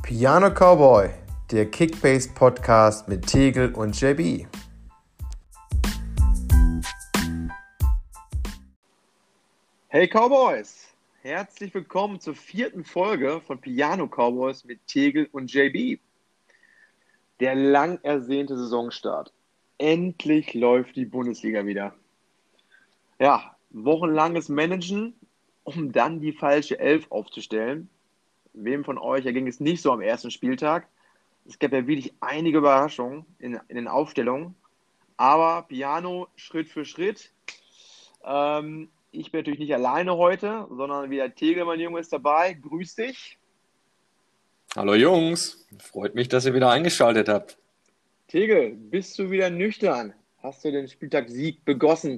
Piano Cowboy, der Kickbase-Podcast mit Tegel und JB. Hey Cowboys, herzlich willkommen zur 4. Folge von Piano Cowboys mit Tegel und JB. Der lang ersehnte Saisonstart. Endlich läuft die Bundesliga wieder. Ja, wochenlanges Managen, um dann die falsche Elf aufzustellen. Wem von euch erging es nicht so am ersten Spieltag? Es gab ja wirklich einige Überraschungen in den Aufstellungen. Aber Piano Schritt für Schritt. Ich bin natürlich nicht alleine heute, sondern wieder Tegel, mein Junge, ist dabei. Grüß dich. Hallo Jungs, freut mich, dass ihr wieder eingeschaltet habt. Tegel, bist du wieder nüchtern? Hast du den Spieltag-Sieg begossen?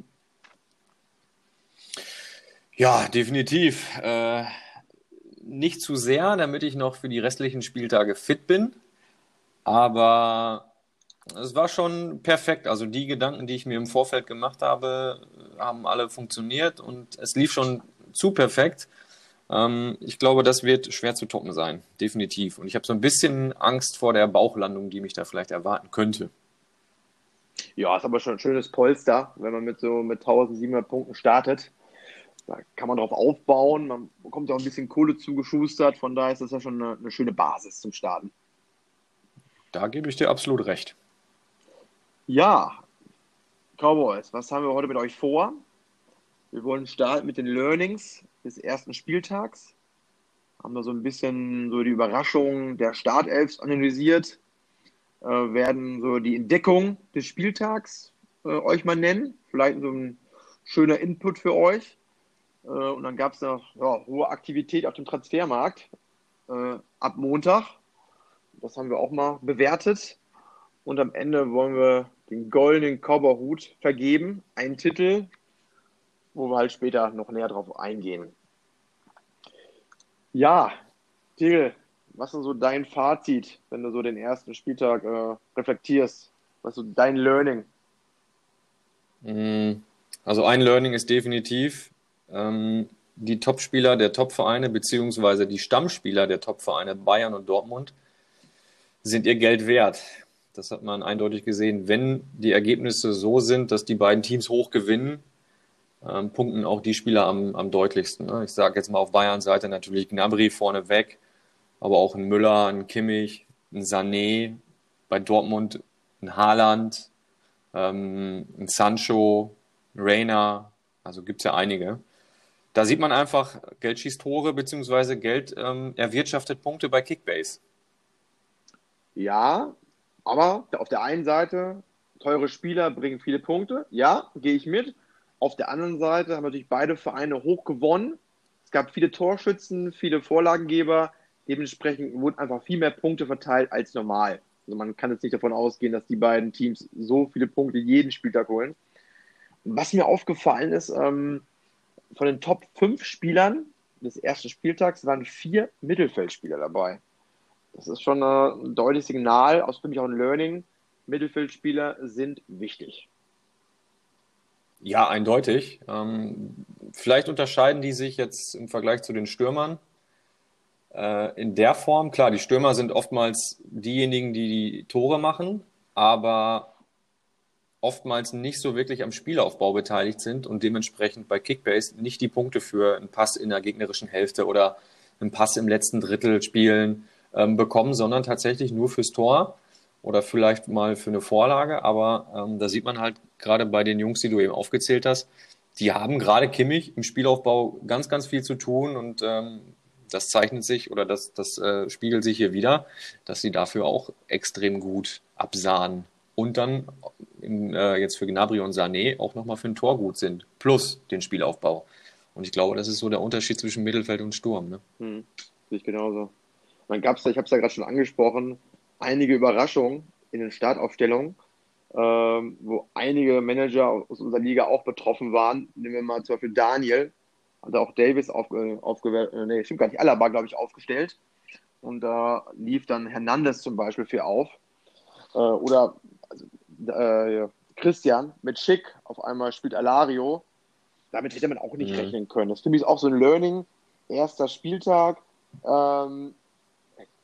Ja, definitiv. Nicht zu sehr, damit ich noch für die restlichen Spieltage fit bin. Aber es war schon perfekt. Also die Gedanken, die ich mir im Vorfeld gemacht habe, haben alle funktioniert und es lief schon zu perfekt. Ich glaube, das wird schwer zu toppen sein, definitiv. Und ich habe so ein bisschen Angst vor der Bauchlandung, die mich da vielleicht erwarten könnte. Ja, ist aber schon ein schönes Polster, wenn man mit 1700 Punkten startet. Da kann man drauf aufbauen. Man bekommt ja auch ein bisschen Kohle zugeschustert. Von daher ist das ja schon eine schöne Basis zum Starten. Da gebe ich dir absolut recht. Ja, Cowboys, was haben wir heute mit euch vor? Wir wollen starten mit den Learnings des ersten Spieltags. Haben da so ein bisschen so die Überraschung der Startelfs analysiert. Werden so die Entdeckung des Spieltags euch mal nennen. Vielleicht so ein schöner Input für euch. Und dann gab es noch hohe Aktivität auf dem Transfermarkt ab Montag. Das haben wir auch mal bewertet. Und am Ende wollen wir den goldenen Cowboy-Hut vergeben. Einen Titel, wo wir halt später noch näher drauf eingehen. Ja, Tegel, was ist so dein Fazit, wenn du so den ersten Spieltag reflektierst? Was ist so dein Learning? Also ein Learning ist definitiv, die Topspieler der Topvereine beziehungsweise die Stammspieler der Topvereine Bayern und Dortmund sind ihr Geld wert. Das hat man eindeutig gesehen. Wenn die Ergebnisse so sind, dass die beiden Teams hoch gewinnen, punkten auch die Spieler am deutlichsten. Ne? Ich sage jetzt mal auf Bayern Seite natürlich Gnabry vorneweg, aber auch ein Müller, ein Kimmich, ein Sané, bei Dortmund ein Haaland, ein Sancho, ein Reina, also gibt es ja einige. Da sieht man einfach, Geld schießt Tore, beziehungsweise Geld erwirtschaftet Punkte bei Kickbase. Ja, aber auf der einen Seite, teure Spieler bringen viele Punkte. Ja, gehe ich mit. Auf der anderen Seite haben natürlich beide Vereine hoch gewonnen. Es gab viele Torschützen, viele Vorlagengeber. Dementsprechend wurden einfach viel mehr Punkte verteilt als normal. Also man kann jetzt nicht davon ausgehen, dass die beiden Teams so viele Punkte jeden Spieltag holen. Was mir aufgefallen ist, von den Top 5 Spielern des ersten Spieltags waren 4 Mittelfeldspieler dabei. Das ist schon ein deutliches Signal, für mich auch ein Learning. Mittelfeldspieler sind wichtig. Ja, eindeutig. Vielleicht unterscheiden die sich jetzt im Vergleich zu den Stürmern in der Form. Klar, die Stürmer sind oftmals diejenigen, die die Tore machen, aber oftmals nicht so wirklich am Spielaufbau beteiligt sind und dementsprechend bei Kickbase nicht die Punkte für einen Pass in der gegnerischen Hälfte oder einen Pass im letzten Drittel spielen bekommen, sondern tatsächlich nur fürs Tor oder vielleicht mal für eine Vorlage. Aber da sieht man halt gerade bei den Jungs, die du eben aufgezählt hast, die haben gerade Kimmich im Spielaufbau ganz, ganz viel zu tun und das zeichnet sich oder das spiegelt sich hier wieder, dass sie dafür auch extrem gut absahen und dann jetzt für Gnabry und Sané auch nochmal für ein Tor gut sind, plus den Spielaufbau. Und ich glaube, das ist so der Unterschied zwischen Mittelfeld und Sturm. Ne? Sehe ich genauso. Dann gab es, ich habe es ja gerade schon angesprochen, einige Überraschungen in den Startaufstellungen, wo einige Manager aus unserer Liga auch betroffen waren. Nehmen wir mal zum Beispiel Daniel, hat auch Davis nee, stimmt gar nicht, Alaba, glaube ich, aufgestellt. Und da lief dann Hernandez zum Beispiel für auf. Oder Christian mit Schick, auf einmal spielt Alario. Damit hätte man auch nicht rechnen können. Das finde ich auch so ein Learning. Erster Spieltag.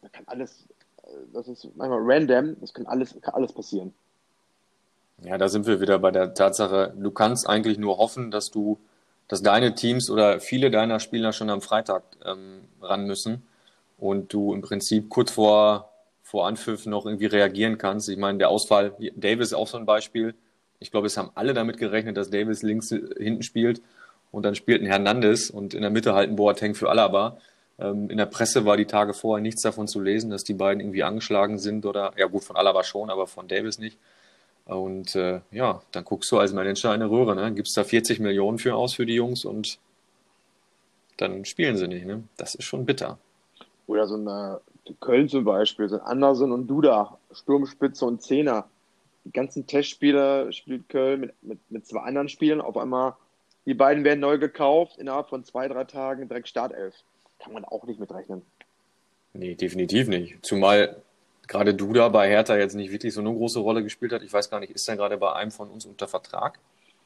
da kann alles, das ist manchmal random, kann alles passieren. Ja, da sind wir wieder bei der Tatsache, du kannst eigentlich nur hoffen, dass deine Teams oder viele deiner Spieler schon am Freitag ran müssen und du im Prinzip kurz vor Anpfiff noch irgendwie reagieren kannst. Ich meine, der Ausfall, Davis ist auch so ein Beispiel. Ich glaube, es haben alle damit gerechnet, dass Davis links hinten spielt und dann spielt ein Hernandez und in der Mitte halt ein Boateng für Alaba. In der Presse war die Tage vorher nichts davon zu lesen, dass die beiden irgendwie angeschlagen sind oder, ja gut, von Alaba schon, aber von Davis nicht. Und ja, dann guckst du als Manager in eine Röhre, ne? Gibst da 40 Millionen für aus für die Jungs und dann spielen sie nicht, ne? Das ist schon bitter. Oder so eine Köln zum Beispiel, sind Anderson und Duda, Sturmspitze und Zehner. Die ganzen Testspiele spielt Köln mit zwei anderen Spielern. Auf einmal, die beiden werden neu gekauft, innerhalb von 2, 3 Tagen direkt Startelf. Kann man auch nicht mitrechnen. Nee, definitiv nicht. Zumal gerade Duda bei Hertha jetzt nicht wirklich so eine große Rolle gespielt hat. Ich weiß gar nicht, ist er gerade bei einem von uns unter Vertrag?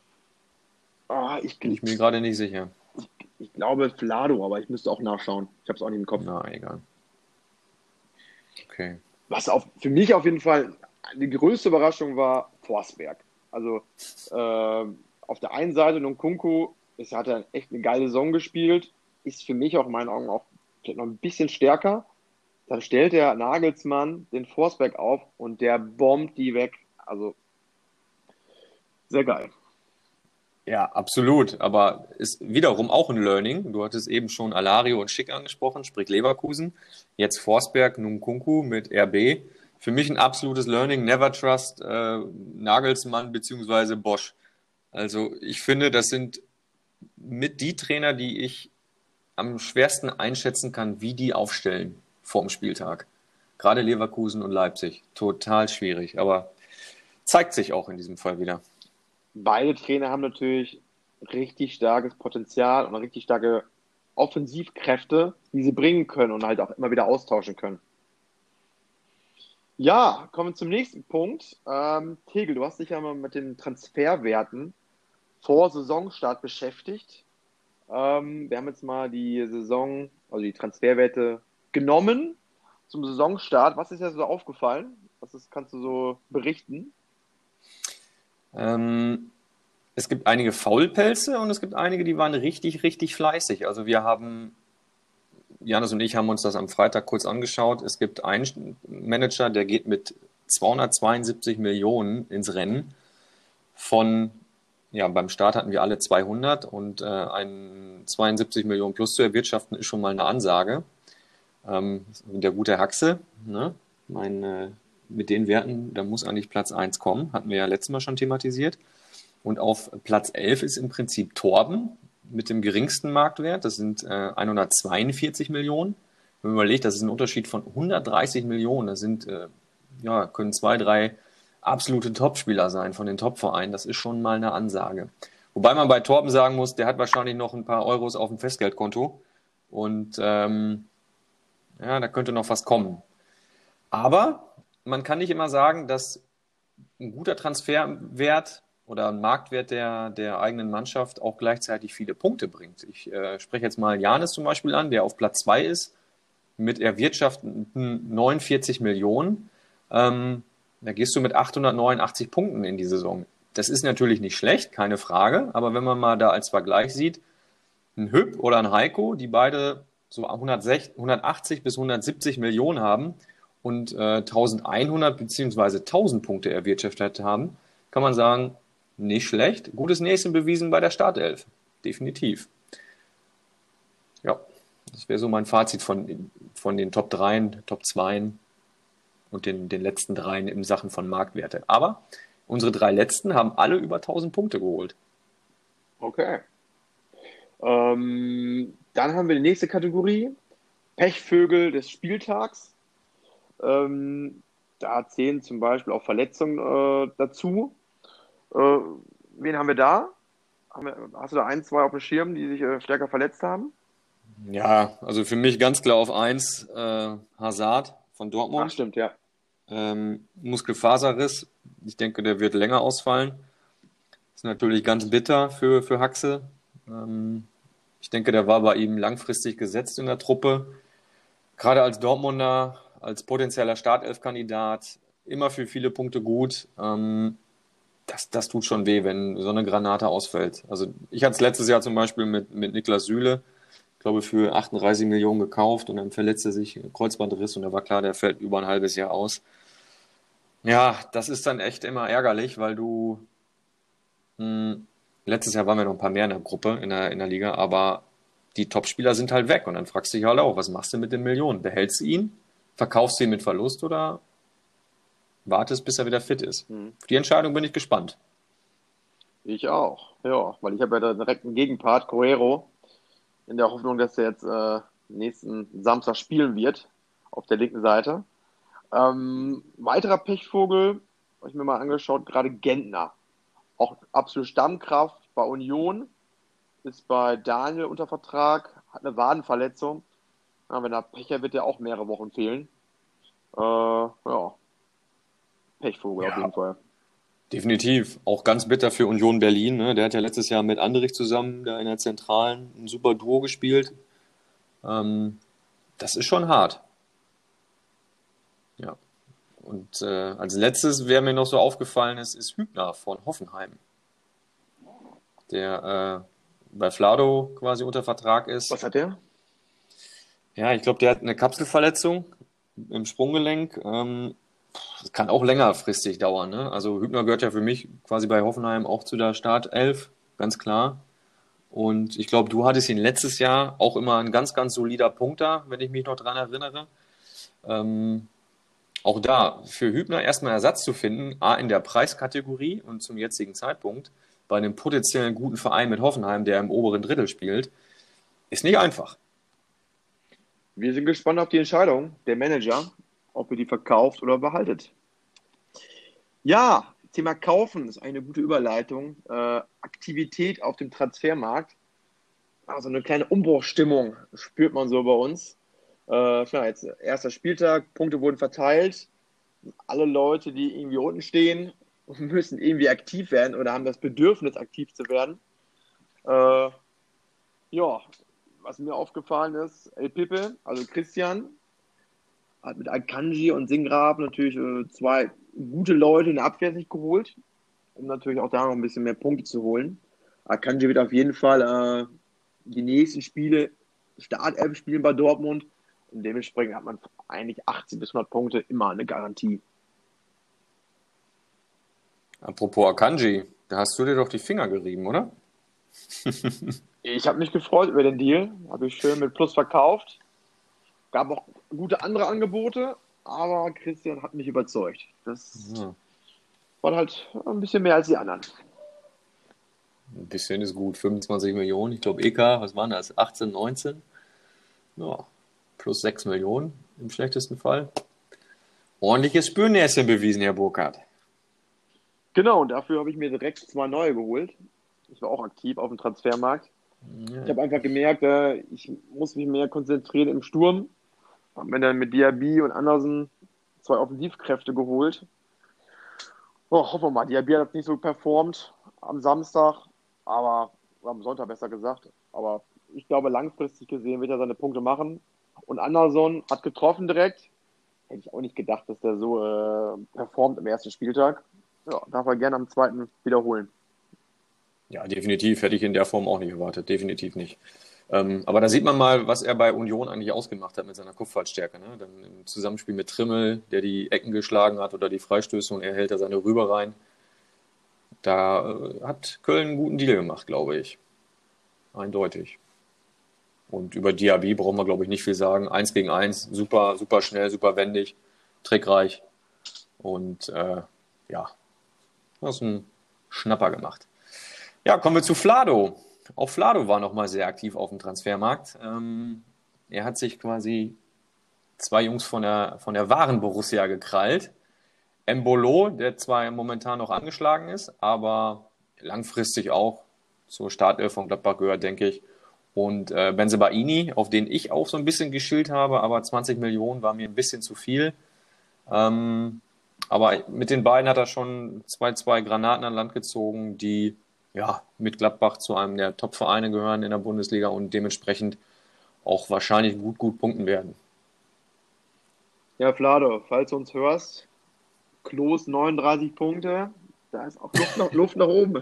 Bin ich mir gerade nicht sicher. Ich glaube Flado, aber ich müsste auch nachschauen. Ich habe es auch nicht im Kopf. Na, egal. Okay. Für mich auf jeden Fall die größte Überraschung war Forsberg. Also auf der einen Seite Nkunku, hat er echt eine geile Saison gespielt, ist für mich auch in meinen Augen auch vielleicht noch ein bisschen stärker. Dann stellt der Nagelsmann den Forsberg auf und der bombt die weg. Also sehr geil. Ja, absolut. Aber ist wiederum auch ein Learning. Du hattest eben schon Alario und Schick angesprochen, sprich Leverkusen. Jetzt Forsberg, Nkunku mit RB. Für mich ein absolutes Learning. Never trust Nagelsmann beziehungsweise Bosch. Also ich finde, das sind mit die Trainer, die ich am schwersten einschätzen kann, wie die aufstellen vorm Spieltag. Gerade Leverkusen und Leipzig. Total schwierig. Aber zeigt sich auch in diesem Fall wieder. Beide Trainer haben natürlich richtig starkes Potenzial und richtig starke Offensivkräfte, die sie bringen können und halt auch immer wieder austauschen können. Ja, kommen wir zum nächsten Punkt. Tegel, du hast dich ja mal mit den Transferwerten vor Saisonstart beschäftigt. Wir haben jetzt mal die Saison, also die Transferwerte genommen zum Saisonstart. Was ist dir so aufgefallen? Kannst du so berichten? Es gibt einige Faulpelze und es gibt einige, die waren richtig, richtig fleißig. Also Janis und ich haben uns das am Freitag kurz angeschaut. Es gibt einen Manager, der geht mit 272 Millionen ins Rennen. Beim Start hatten wir alle 200 und ein 72 Millionen plus zu erwirtschaften ist schon mal eine Ansage. Der gute Haxe, ne? Mit den Werten, da muss eigentlich Platz 1 kommen, hatten wir ja letztes Mal schon thematisiert. Und auf Platz 11 ist im Prinzip Torben mit dem geringsten Marktwert. Das sind 142 Millionen. Wenn man überlegt, das ist ein Unterschied von 130 Millionen. Das können 2, 3 absolute Topspieler sein von den Topvereinen. Das ist schon mal eine Ansage. Wobei man bei Torben sagen muss, der hat wahrscheinlich noch ein paar Euros auf dem Festgeldkonto. Und da könnte noch was kommen. Aber man kann nicht immer sagen, dass ein guter Transferwert oder ein Marktwert der eigenen Mannschaft auch gleichzeitig viele Punkte bringt. Ich spreche jetzt mal Janis zum Beispiel an, der auf Platz 2 ist, mit erwirtschafteten 49 Millionen. Da gehst du mit 889 Punkten in die Saison. Das ist natürlich nicht schlecht, keine Frage, aber wenn man mal da als Vergleich sieht, ein Hüb oder ein Heiko, die beide so 180 bis 170 Millionen haben und 1100 bzw. 1000 Punkte erwirtschaftet haben, kann man sagen, nicht schlecht. Gutes Näschen bewiesen bei der Startelf. Definitiv. Ja, das wäre so mein Fazit von den Top 3, Top 2 und den letzten 3 in Sachen von Marktwerte. Aber unsere 3 letzten haben alle über 1000 Punkte geholt. Okay. Dann haben wir die nächste Kategorie. Pechvögel des Spieltags. Da zählen zum Beispiel auch Verletzungen dazu. Wen haben wir da? Hast du da 1, 2 auf dem Schirm, die sich stärker verletzt haben? Ja, also für mich ganz klar auf 1 Hazard von Dortmund. Ach, stimmt, ja. Muskelfaserriss. Ich denke, der wird länger ausfallen. Ist natürlich ganz bitter für Haxe. Ich denke, der war bei ihm langfristig gesetzt in der Truppe. Gerade als Dortmunder als potenzieller Startelf-Kandidat, immer für viele Punkte gut. Das tut schon weh, wenn so eine Granate ausfällt. Also ich hatte es letztes Jahr zum Beispiel mit Niklas Süle, ich glaube für 38 Millionen gekauft und dann verletzte sich Kreuzbandriss und da war klar, der fällt über ein halbes Jahr aus. Ja, das ist dann echt immer ärgerlich, weil letztes Jahr waren wir noch ein paar mehr in der Gruppe, in der Liga, aber die Topspieler sind halt weg und dann fragst du dich halt auch, was machst du mit den Millionen? Behältst du ihn? Verkaufst du ihn mit Verlust oder wartest, bis er wieder fit ist? Auf die Entscheidung bin ich gespannt. Ich auch, ja, weil ich habe ja da direkt einen Gegenpart, Guerrero, in der Hoffnung, dass er jetzt nächsten Samstag spielen wird, auf der linken Seite. Weiterer Pechvogel, habe ich mir mal angeschaut, gerade Gentner. Auch absolute Stammkraft bei Union, ist bei Daniel unter Vertrag, hat eine Wadenverletzung. Ja, wenn er Pech hat, wird er auch mehrere Wochen fehlen. Ja, Pechvogel auf jeden Ja, Fall. definitiv. Auch ganz bitter für Union Berlin. Ne? Der hat ja letztes Jahr mit Anderich zusammen da in der Zentralen ein super Duo gespielt. Das ist schon hart. Ja. Und als letztes, wer mir noch so aufgefallen ist Hübner von Hoffenheim, der bei Flado quasi unter Vertrag ist. Was hat der? Ja, ich glaube, der hat eine Kapselverletzung im Sprunggelenk. Das kann auch längerfristig dauern. Ne? Also Hübner gehört ja für mich quasi bei Hoffenheim auch zu der Startelf, ganz klar. Und ich glaube, du hattest ihn letztes Jahr auch immer ein ganz, ganz solider Punkter, wenn ich mich noch dran erinnere. Auch da für Hübner erstmal Ersatz zu finden, A in der Preiskategorie und zum jetzigen Zeitpunkt bei einem potenziellen guten Verein mit Hoffenheim, der im oberen Drittel spielt, ist nicht einfach. Wir sind gespannt auf die Entscheidung der Manager, ob ihr die verkauft oder behaltet. Ja, Thema Kaufen ist eine gute Überleitung. Aktivität auf dem Transfermarkt. Also eine kleine Umbruchsstimmung spürt man so bei uns. Ja, jetzt erster Spieltag, Punkte wurden verteilt. Alle Leute, die irgendwie unten stehen, müssen irgendwie aktiv werden oder haben das Bedürfnis, aktiv zu werden. Ja, was mir aufgefallen ist, El Pippe, also Christian, hat mit Akanji und Singrab natürlich zwei gute Leute in der Abwehr sich geholt, um natürlich auch da noch ein bisschen mehr Punkte zu holen. Akanji wird auf jeden Fall die nächsten Spiele Startelf spielen bei Dortmund und dementsprechend hat man eigentlich 80 bis 100 Punkte immer eine Garantie. Apropos Akanji, da hast du dir doch die Finger gerieben, oder? Ich habe mich gefreut über den Deal, habe ich schön mit Plus verkauft. Gab auch gute andere Angebote, aber Christian hat mich überzeugt. Das Ja, war halt ein bisschen mehr als die anderen. ein bisschen ist gut, 25 Millionen. Ich glaube, EK, was waren das? 18, 19? Ja, plus 6 Millionen im schlechtesten Fall. Ordentliches Spürnäschen bewiesen, Herr Burkhardt. Genau, und dafür habe ich mir direkt zwei neue geholt. Ich war auch aktiv auf dem Transfermarkt. Ich Ja. habe einfach gemerkt, ich muss mich mehr konzentrieren im Sturm. Habe mir dann mit Diaby und Andersen zwei Offensivkräfte geholt. Oh, hoffen wir mal, Diaby hat nicht so performt am Samstag, aber oder am Sonntag besser gesagt. Aber ich glaube, langfristig gesehen wird er seine Punkte machen. Und Anderson hat getroffen direkt. Hätte ich auch nicht gedacht, dass der so performt im ersten Spieltag. Ja, darf er gerne am zweiten wiederholen. Ja, definitiv. Hätte ich in der Form auch nicht erwartet. Definitiv nicht. Aber da sieht man mal, was er bei Union eigentlich ausgemacht hat mit seiner Kopfballstärke. Ne? Dann im Zusammenspiel mit Trimmel, der die Ecken geschlagen hat oder die Freistöße und er hält da seine Rübe rein. Da hat Köln einen guten Deal gemacht, glaube ich. Eindeutig. Und über Diaby brauchen wir, glaube ich, nicht viel sagen. 1 gegen 1, super, super schnell, super wendig, trickreich. Und ja, hast einen Schnapper gemacht. Ja, kommen wir zu Flado. Auch Flado war nochmal sehr aktiv auf dem Transfermarkt. Er hat sich quasi zwei Jungs von der wahren Borussia gekrallt. Embolo, der zwar momentan noch angeschlagen ist, aber langfristig auch zur Startelf von Gladbach gehört, denke ich. Und Bensebaini, auf den ich auch so ein bisschen geschielt habe, aber 20 Millionen war mir ein bisschen zu viel. Aber mit den beiden hat er schon zwei Granaten an Land gezogen, die ja mit Gladbach zu einem der Top-Vereine gehören in der Bundesliga und dementsprechend auch wahrscheinlich gut punkten werden. Ja, Vlado, falls du uns hörst, Klos 39 Punkte, da ist auch Luft nach oben.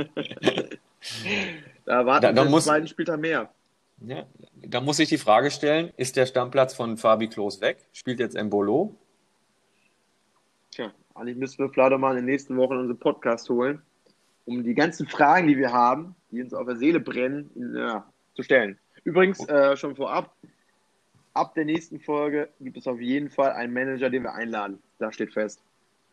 Da erwarten Da, wir da für den muss, zweiten Spieltag mehr. ja, da muss ich die Frage stellen, ist der Stammplatz von Fabi Klos weg? Spielt jetzt Embolo? Tja, eigentlich müssen wir Vlado mal in den nächsten Wochen unseren Podcast holen, um die ganzen Fragen, die wir haben, die uns auf der Seele brennen, zu stellen. Übrigens, schon vorab, ab der nächsten Folge gibt es auf jeden Fall einen Manager, den wir einladen. Da steht fest.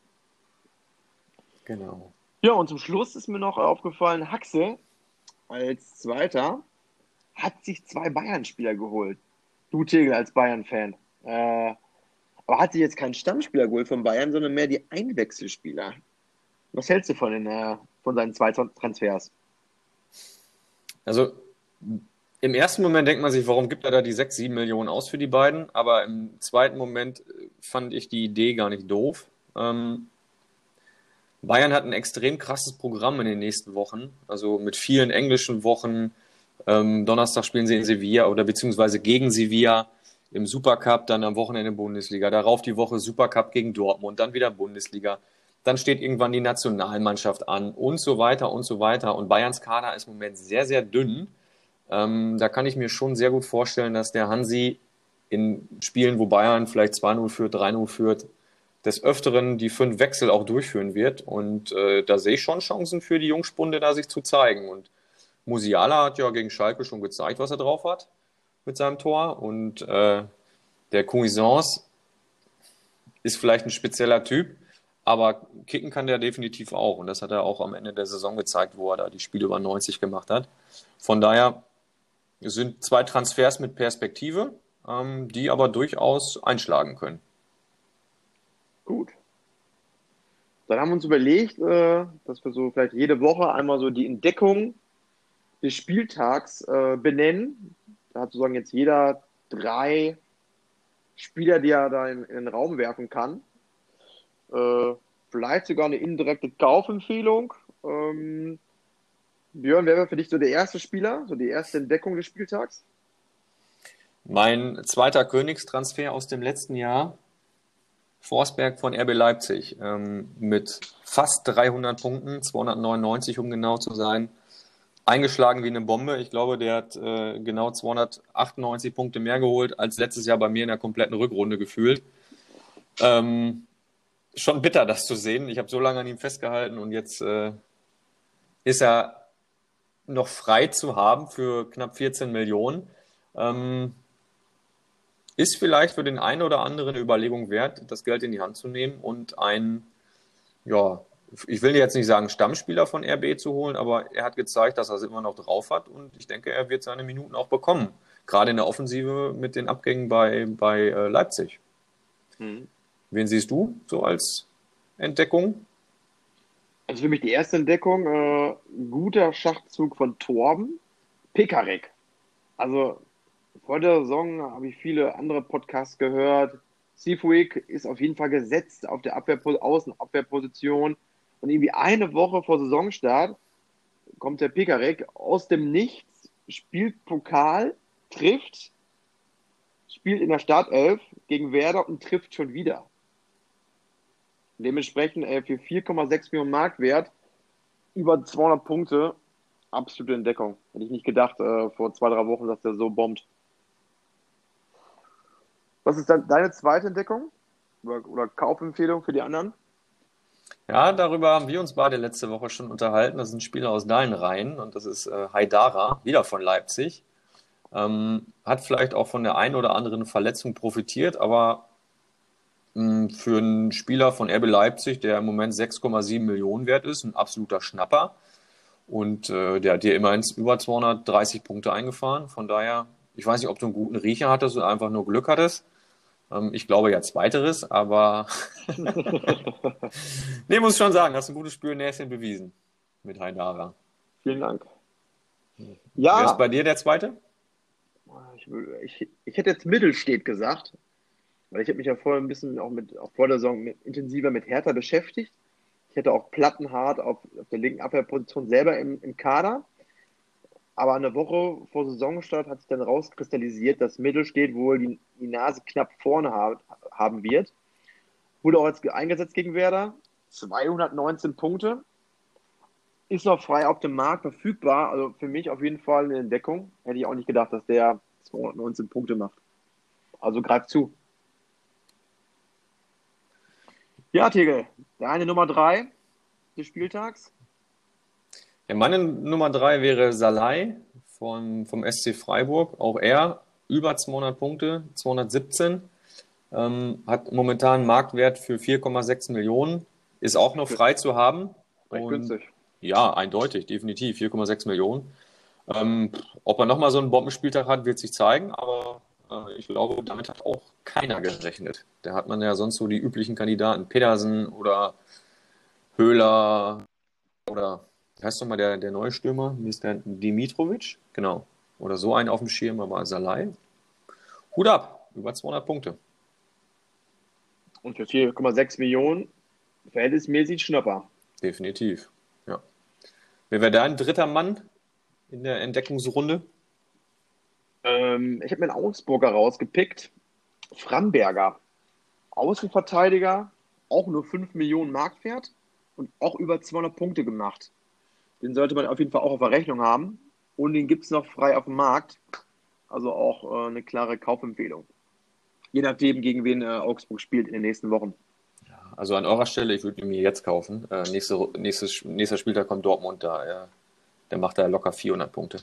Genau. Ja, und zum Schluss ist mir noch aufgefallen, Haxe als Zweiter hat sich 2 Bayern-Spieler geholt. Du, Tegel, als Bayern-Fan. Aber hat sich jetzt keinen Stammspieler geholt von Bayern, sondern mehr die Einwechselspieler. Was hältst du von seinen 2 Transfers? Also im ersten Moment denkt man sich, warum gibt er da die 6, 7 Millionen aus für die beiden? Aber im zweiten Moment fand ich die Idee gar nicht doof. Bayern hat ein extrem krasses Programm in den nächsten Wochen, also mit vielen englischen Wochen. Donnerstag spielen sie in Sevilla oder beziehungsweise gegen Sevilla im Supercup, dann am Wochenende Bundesliga. Darauf die Woche Supercup gegen Dortmund, dann wieder Bundesliga. Dann steht irgendwann die Nationalmannschaft an und so weiter und so weiter. Und Bayerns Kader ist im Moment sehr, sehr dünn. Da kann ich mir schon sehr gut vorstellen, dass der Hansi in Spielen, wo Bayern vielleicht 2-0 führt, 3-0 führt, des Öfteren die 5 Wechsel auch durchführen wird. Und da sehe ich schon Chancen für die Jungspunde, da sich zu zeigen. Und Musiala hat ja gegen Schalke schon gezeigt, was er drauf hat mit seinem Tor. Und der Cuisance ist vielleicht ein spezieller Typ, aber kicken kann der definitiv auch. Und das hat er auch am Ende der Saison gezeigt, wo er da die Spiele über 90 gemacht hat. Von daher sind 2 Transfers mit Perspektive, die aber durchaus einschlagen können. Gut. Dann haben wir uns überlegt, dass wir so vielleicht jede Woche einmal so die Entdeckung des Spieltags benennen. Da hat sozusagen jetzt jeder 3 Spieler, die er da in den Raum werfen kann. Vielleicht sogar eine indirekte Kaufempfehlung. Björn, wer wäre für dich so der erste Spieler, so die erste Entdeckung des Spieltags? Mein zweiter Königstransfer aus dem letzten Jahr, Forsberg von RB Leipzig, mit fast 300 Punkten, 299 um genau zu sein, eingeschlagen wie eine Bombe. Ich glaube, der hat genau 298 Punkte mehr geholt als letztes Jahr bei mir in der kompletten Rückrunde gefühlt. Schon bitter, das zu sehen. Ich habe so lange an ihm festgehalten und jetzt ist er noch frei zu haben für knapp 14 Millionen. Ist vielleicht für den einen oder anderen eine Überlegung wert, das Geld in die Hand zu nehmen und ja, ich will jetzt nicht sagen Stammspieler von RB zu holen, aber er hat gezeigt, dass er es immer noch drauf hat und ich denke, er wird seine Minuten auch bekommen. Gerade in der Offensive mit den Abgängen bei Leipzig. Mhm. Wen siehst du so als Entdeckung? Also für mich die erste Entdeckung, guter Schachzug von Torben Pekarek. Also vor der Saison habe ich viele andere Podcasts gehört. Seafuig ist auf jeden Fall gesetzt auf der Außenabwehrposition. Und irgendwie eine Woche vor Saisonstart kommt der Pekarek aus dem Nichts, spielt Pokal, trifft, spielt in der Startelf gegen Werder und trifft schon wieder. Dementsprechend für 4,6 Millionen Marktwert über 200 Punkte, absolute Entdeckung. Hätte ich nicht gedacht vor 2, 3 Wochen, dass der so bombt. Was ist dann deine zweite Entdeckung oder Kaufempfehlung für die anderen? Ja, darüber haben wir uns beide letzte Woche schon unterhalten. Das ist ein Spieler aus deinen Reihen und das ist Haidara, wieder von Leipzig. Hat vielleicht auch von der einen oder anderen Verletzung profitiert, aber für einen Spieler von RB Leipzig, der im Moment 6,7 Millionen wert ist, ein absoluter Schnapper. Und der hat dir immerhin über 230 Punkte eingefahren. Von daher, ich weiß nicht, ob du einen guten Riecher hattest oder einfach nur Glück hattest. Ich glaube ja zweiteres, aber nee, muss ich schon sagen, hast ein gutes Spürnäschen bewiesen mit Haidara. Vielen Dank. Wer ist bei Ja, dir der Zweite? ich hätte jetzt Mittelstedt gesagt, weil ich habe mich ja vorher ein bisschen auch vor der Saison intensiver mit Hertha beschäftigt. Ich hätte auch Plattenhardt auf der linken Abwehrposition selber im Kader. Aber eine Woche vor Saisonstart hat sich dann rauskristallisiert, dass Mittelstedt wohl die Nase knapp vorne haben wird. Wurde auch jetzt eingesetzt gegen Werder. 219 Punkte. Ist noch frei auf dem Markt verfügbar. Also für mich auf jeden Fall eine Entdeckung. Hätte ich auch nicht gedacht, dass der 219 Punkte macht. Also greift zu. Ja, Tegel, deine Nummer 3 des Spieltags. Ja, meine Nummer 3 wäre Salai vom SC Freiburg. Auch er über 200 Punkte, 217. Hat momentan einen Marktwert für 4,6 Millionen. Ist auch noch frei zu haben. Recht günstig. Ja, eindeutig, definitiv. 4,6 Millionen. Ob er nochmal so einen Bombenspieltag hat, wird sich zeigen. Aber ich glaube, damit hat auch keiner gerechnet. Da hat man ja sonst so die üblichen Kandidaten. Pedersen oder Höhler oder wie heißt nochmal der neue Stürmer? Mr. Dimitrovic? Genau. Oder so einen auf dem Schirm, aber Salai. Hut ab, über 200 Punkte. Und für 4,6 Millionen verhältnismäßig Schnapper. Definitiv, ja. Wer wäre dein dritter Mann in der Entdeckungsrunde? Ich habe mir einen Augsburger rausgepickt. Framberger. Außenverteidiger, auch nur 5 Millionen Marktwert und auch über 200 Punkte gemacht. Den sollte man auf jeden Fall auch auf der Rechnung haben. Und den gibt es noch frei auf dem Markt. Also auch eine klare Kaufempfehlung. Je nachdem, gegen wen Augsburg spielt in den nächsten Wochen. Also an eurer Stelle, ich würde ihn mir jetzt kaufen. Nächster Spieltag kommt Dortmund da. Der macht da locker 400 Punkte.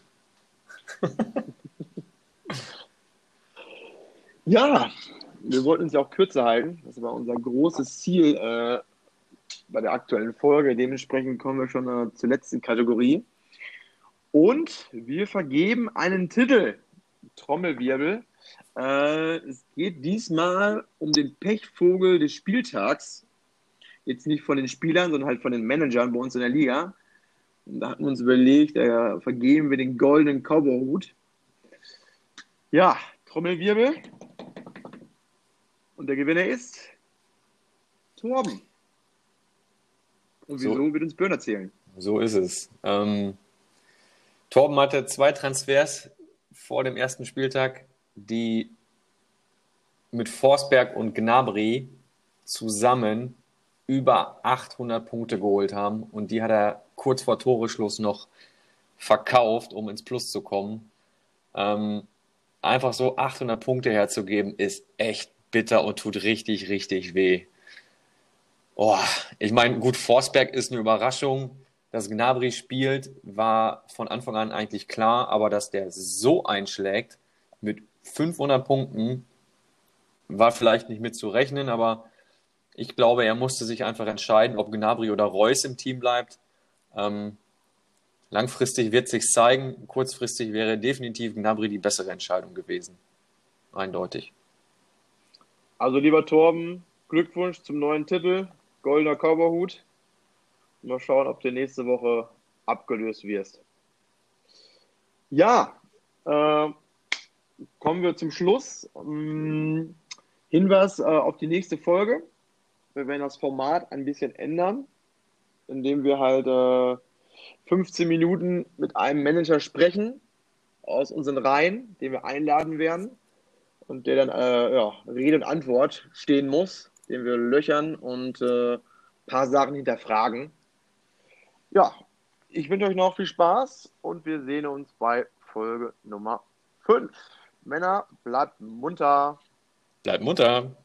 Ja, wir wollten uns ja auch kürzer halten. Das war unser großes Ziel bei der aktuellen Folge. Dementsprechend kommen wir schon zur letzten Kategorie. Und wir vergeben einen Titel. Trommelwirbel. Es geht diesmal um den Pechvogel des Spieltags. Jetzt nicht von den Spielern, sondern halt von den Managern bei uns in der Liga. Und da hatten wir uns überlegt, vergeben wir den goldenen Cowboy-Hut. Ja, Trommelwirbel. Und der Gewinner ist Torben. Und wieso, wird uns Björn erzählen. So ist es. Torben hatte 2 Transfers vor dem ersten Spieltag, die mit Forsberg und Gnabry zusammen über 800 Punkte geholt haben. Und die hat er kurz vor Toreschluss noch verkauft, um ins Plus zu kommen. Einfach so 800 Punkte herzugeben, ist echt bitter und tut richtig, richtig weh. Oh, ich meine, gut, Forsberg ist eine Überraschung. Dass Gnabry spielt, war von Anfang an eigentlich klar, aber dass der so einschlägt mit 500 Punkten, war vielleicht nicht mit zu rechnen, aber ich glaube, er musste sich einfach entscheiden, ob Gnabry oder Reus im Team bleibt. Langfristig wird sich zeigen, kurzfristig wäre definitiv Gnabry die bessere Entscheidung gewesen. Eindeutig. Also lieber Torben, Glückwunsch zum neuen Titel, goldener Cowboy-Hut. Mal schauen, ob du nächste Woche abgelöst wirst. Ja, kommen wir zum Schluss. Hinweis auf die nächste Folge. Wir werden das Format ein bisschen ändern, indem wir halt 15 Minuten mit einem Manager sprechen aus unseren Reihen, den wir einladen werden und der dann Rede und Antwort stehen muss, den wir löchern und ein paar Sachen hinterfragen. Ja, ich wünsche euch noch viel Spaß und wir sehen uns bei Folge Nummer 5. Männer, bleibt munter. Bleibt munter.